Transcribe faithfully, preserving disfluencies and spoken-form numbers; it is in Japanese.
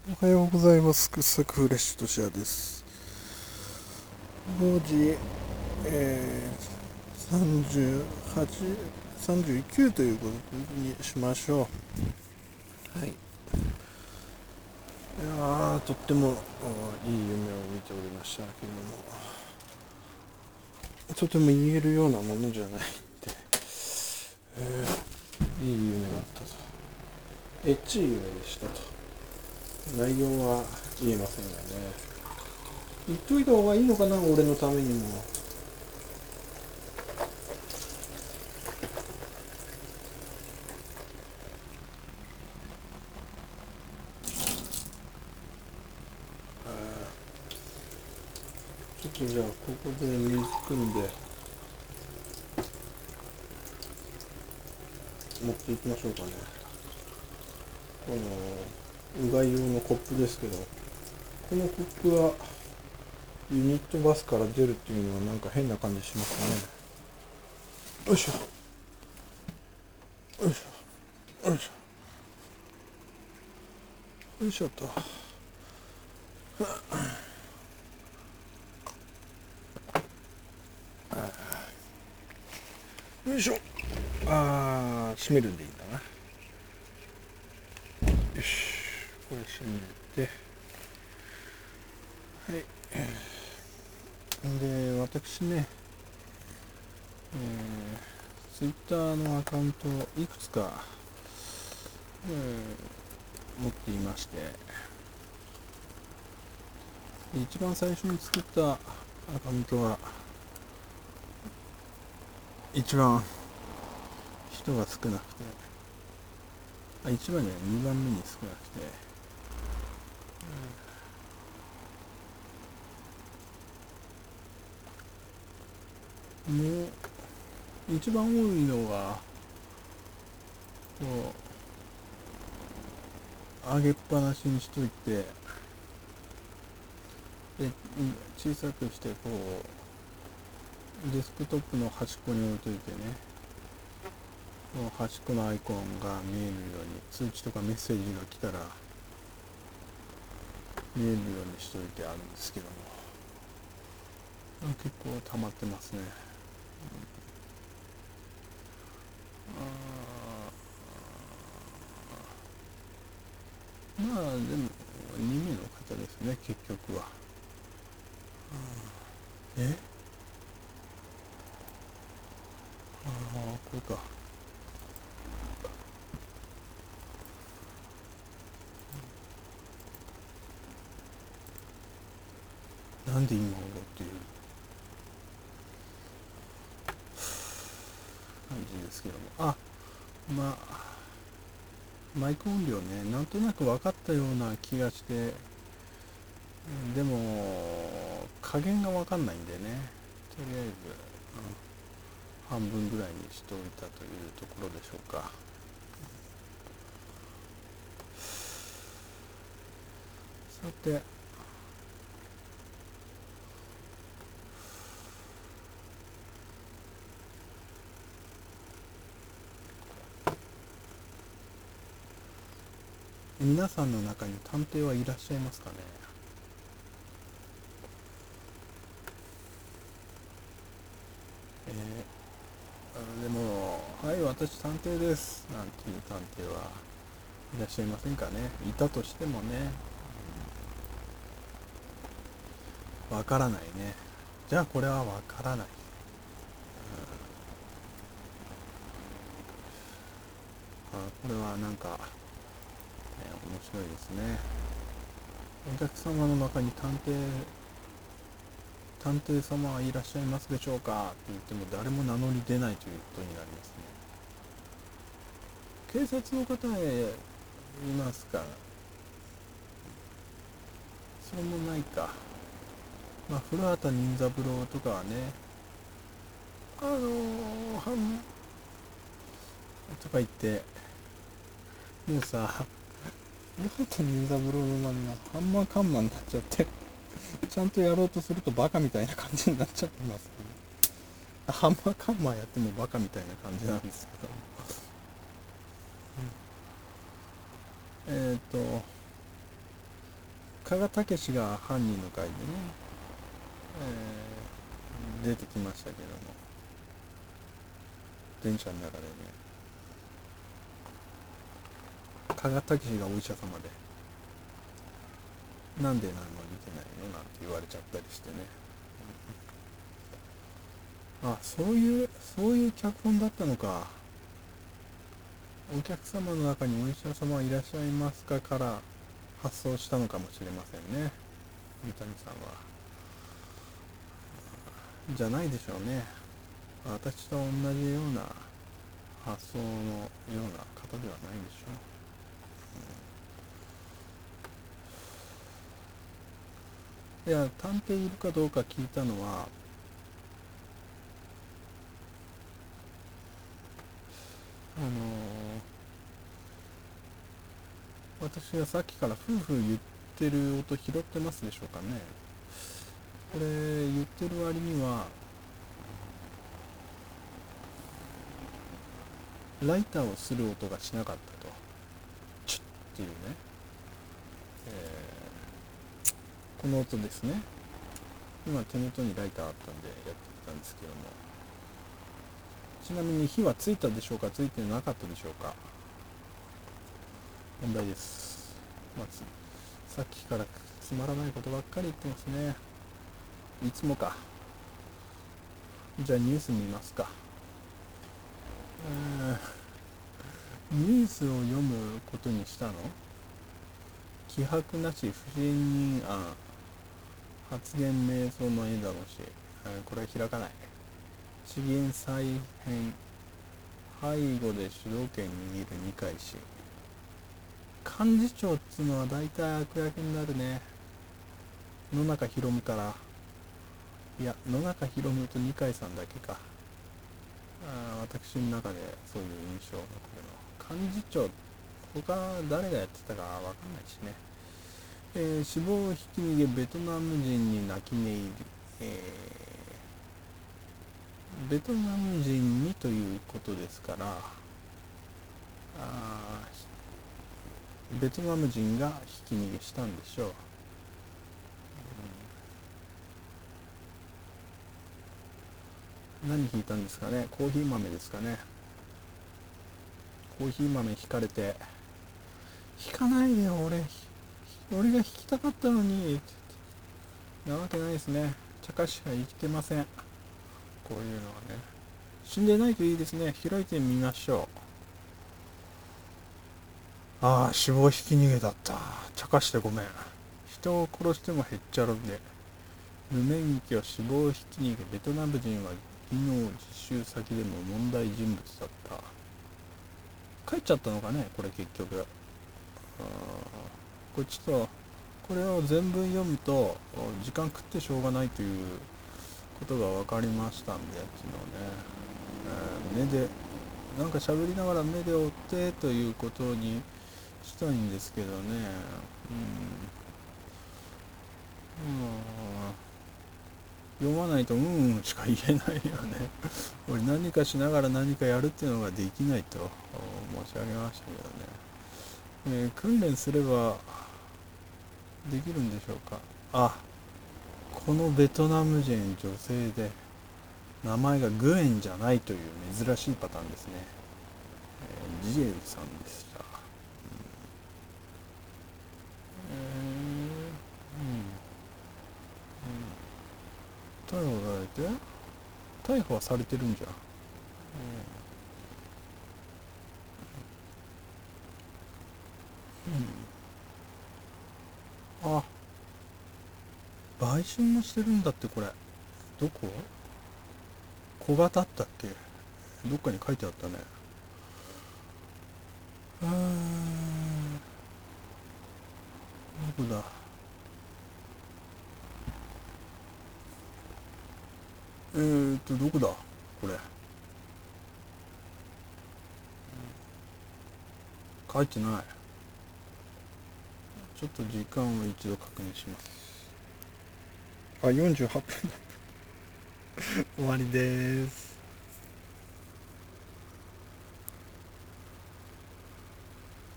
おはようございます。掘削フレッシュとしやです。ごじ、えー、さんじゅうはち、さんじゅうきゅうということにしましょう。はい。いやー、とってもいい夢を見ておりましたけれども、とても言えるようなものじゃないんで、えー、いい夢だったと。エッチい夢でしたと。内容は言えませんがね。言っといた方がいいのかな、俺のためにも。ちょっとじゃあここで水汲んで持っていきましょうかね。このうがい用のコップですけど、このコップはユニットバスから出るっていうのはなんか変な感じしますかね。よいしょよいしょよいしょよいしょと。よいしょ。あー、閉めるんでいいんだな。よし、これ閉めて、はい。で、私ね、えー、ツイッターのアカウントいくつか、えー持っていまして、一番最初に作ったアカウントは一番人が少なくて、あ、一番じゃない、二番目に少なくて、もう一番多いのがこう上げっぱなしにしといて、で小さくしてこうデスクトップの端っこに置いといてね、この端っこのアイコンが見えるように、通知とかメッセージが来たら見えるようにしといてあるんですけども、結構溜まってますね。あまあでもに名の方ですね、結局は。えああ、これか。なんで今頃っていう感じですけども。あ、まあ、マイク音量ね、なんとなく分かったような気がして、でも、加減が分かんないんでね、とりあえず、うん、半分ぐらいにしておいたというところでしょうか。さて、皆さんの中に探偵はいらっしゃいますかね。えー、でも、はい、私探偵です、なんていう探偵はいらっしゃいませんかね。いたとしてもね、わからないね。じゃあこれはわからない。あ、これはなんか、えー面白いですね。お客様の中に探偵、探偵様はいらっしゃいますでしょうかって言っても誰も名乗り出ないということになりますね。警察の方へいますか。それもないか。まあ、古畑任三郎とかはね、あのー、はん、とか言って、もうさ、古畑任三郎のまんまハンマーカンマーになっちゃって、ちゃんとやろうとするとバカみたいな感じになっちゃってますね。ハンマーカンマーやってもバカみたいな感じなんですけど。えっ、ー、と、 加賀武史が犯人の回でね、えー出てきましたけども、電車の中でね、加賀武史がお医者様で、なんで何も出てないのなんて言われちゃったりしてね。あ、そういうそういう脚本だったのか。お客様の中にお医者様はいらっしゃいますかから発想したのかもしれませんね、三谷さんは。じゃないでしょうね。私と同じような発想のような方ではないでしょう。いや、探偵いるかどうか聞いたのは、あのー私がさっきから夫婦言ってる音拾ってますでしょうかね。これ言ってる割にはライターをする音がしなかったと、チュッっていうね、えーこの音ですね。今手元にライターあったんでやってたんですけども、ちなみに火はついたでしょうか、ついてなかったでしょうか。問題です。まずさっきからつまらないことばっかり言ってますね。いつもか。じゃあニュース見ますか。ニュースを読むことにしたの？気迫なし不信任案、発言瞑想の絵だろうし、これは開かない。資源再編、背後で主導権握る二階氏。幹事長っつうのは大体悪役になるね。野中宏夢から、いや、野中宏夢と二階さんだけか。あ、私の中でそういう印象が残るの。幹事長、他誰がやってたかわかんないしね。えー、死亡ひき逃げベトナム人に泣き寝入り、えー、ベトナム人にということですから、あベトナム人がひき逃げしたんでしょう。うん、何引いたんですかね。コーヒー豆ですかね。コーヒー豆引かれて、引かないでよ俺、俺が引きたかったのになわけないですね。茶化しは生きてません。こういうのはね。死んでないといいですね。開いてみましょう。ああ、死亡ひき逃げだった。茶化してごめん。人を殺してもへっちゃらで。無免許死亡ひき逃げベトナム人は技能実習先でも問題人物だった。帰っちゃったのかね、これ結局。あこれちょっとこれを全文読むと時間食ってしょうがないということが分かりましたんで、昨日ね、えー、目でなんか喋りながら目で追ってということにしたいんですけどね。うん、うん、読まないとうんうんしか言えないよね。俺何かしながら何かやるっていうのができないと申し上げましたけどね。えー、訓練すればできるんでしょうか。あ、このベトナム人女性で名前がグエンじゃないという珍しいパターンですね。えー、ジエルさんでした。えーうんうん、逮捕されて逮捕はされてるんじゃん。うん、あ、売春もしてるんだって。これどこ？小型だったっけ？どっかに書いてあったね。うーん、どこだ。えーっとどこだこれ。書いてない。ちょっと時間を一度確認します。あ、よんじゅうはっぷんだ。終わりです。